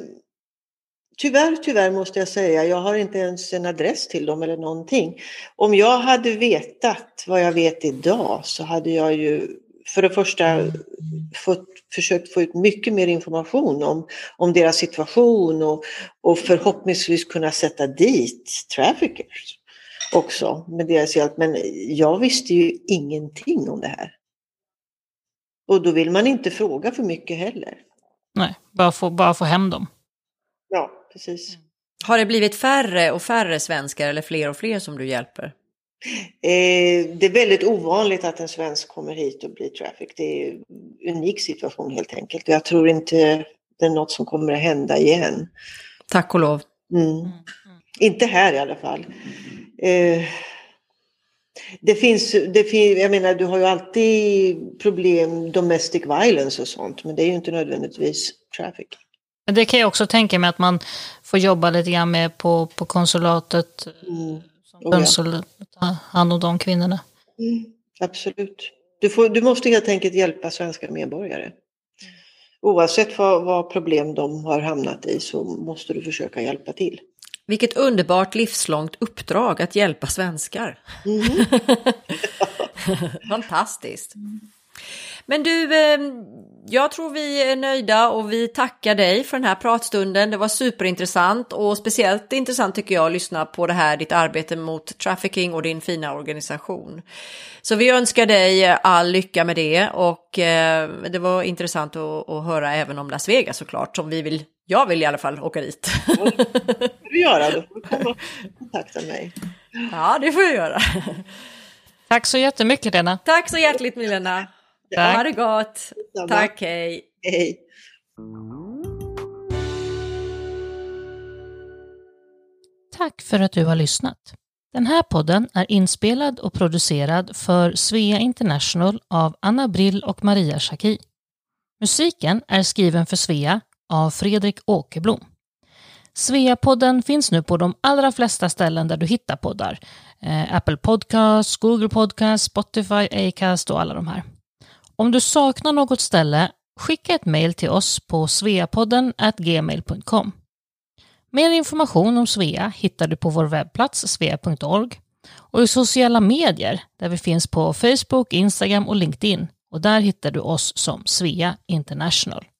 Tyvärr, tyvärr måste jag säga, jag har inte ens en adress till dem eller någonting. Om jag hade vetat vad jag vet idag så hade jag ju för det första fått, försökt få ut mycket mer information om, om deras situation och, och förhoppningsvis kunna sätta dit traffickers också med deras hjälp. Men jag visste ju ingenting om det här. Och då vill man inte fråga för mycket heller. Nej, bara få, bara få hem dem. Ja, precis. Har det blivit färre och färre svenskar eller fler och fler som du hjälper? Eh, det är väldigt ovanligt att en svensk kommer hit och blir traffic. Det är en unik situation helt enkelt. Jag tror inte det är något som kommer att hända igen. Tack och lov. Mm. Mm. Inte här i alla fall. Eh, det finns, det finns, jag menar, du har ju alltid problem, domestic violence och sånt, men det är ju inte nödvändigtvis traffic. Det kan jag också tänka mig att man får jobba lite grann med på, på konsulatet. Mm. Som konsul, ta hand om de kvinnorna. Mm, absolut. Du, får, du måste helt enkelt hjälpa svenska medborgare. Mm. Oavsett vad, vad problem de har hamnat i så måste du försöka hjälpa till. Vilket underbart livslångt uppdrag att hjälpa svenskar. Mm. Fantastiskt. Men du, jag tror vi är nöjda och vi tackar dig för den här pratstunden. Det var superintressant och speciellt intressant tycker jag att lyssna på det här, ditt arbete mot trafficking och din fina organisation. Så vi önskar dig all lycka med det och det var intressant att, att höra även om Las Vegas såklart, som vi vill, jag vill i alla fall åka dit. Ja, det får du göra, då får du komma och kontakta mig. Ja, det får jag göra. Tack så jättemycket, Lena. Tack så hjärtligt, Lena. Ha det gott. Samma. Tack, hej. Hej. Tack för att du har lyssnat. Den här podden är inspelad och producerad för Svea International av Anna Brill och Maria Schacki. Musiken är skriven för Svea av Fredrik Åkerblom. Svea-podden finns nu på de allra flesta ställen där du hittar poddar. Eh, Apple Podcasts, Google Podcasts, Spotify, Acast och alla de här. Om du saknar något ställe, skicka ett mejl till oss på sveapodden at gmail punkt com. Mer information om Svea hittar du på vår webbplats svea punkt org och i sociala medier där vi finns på Facebook, Instagram och LinkedIn, och där hittar du oss som Svea International.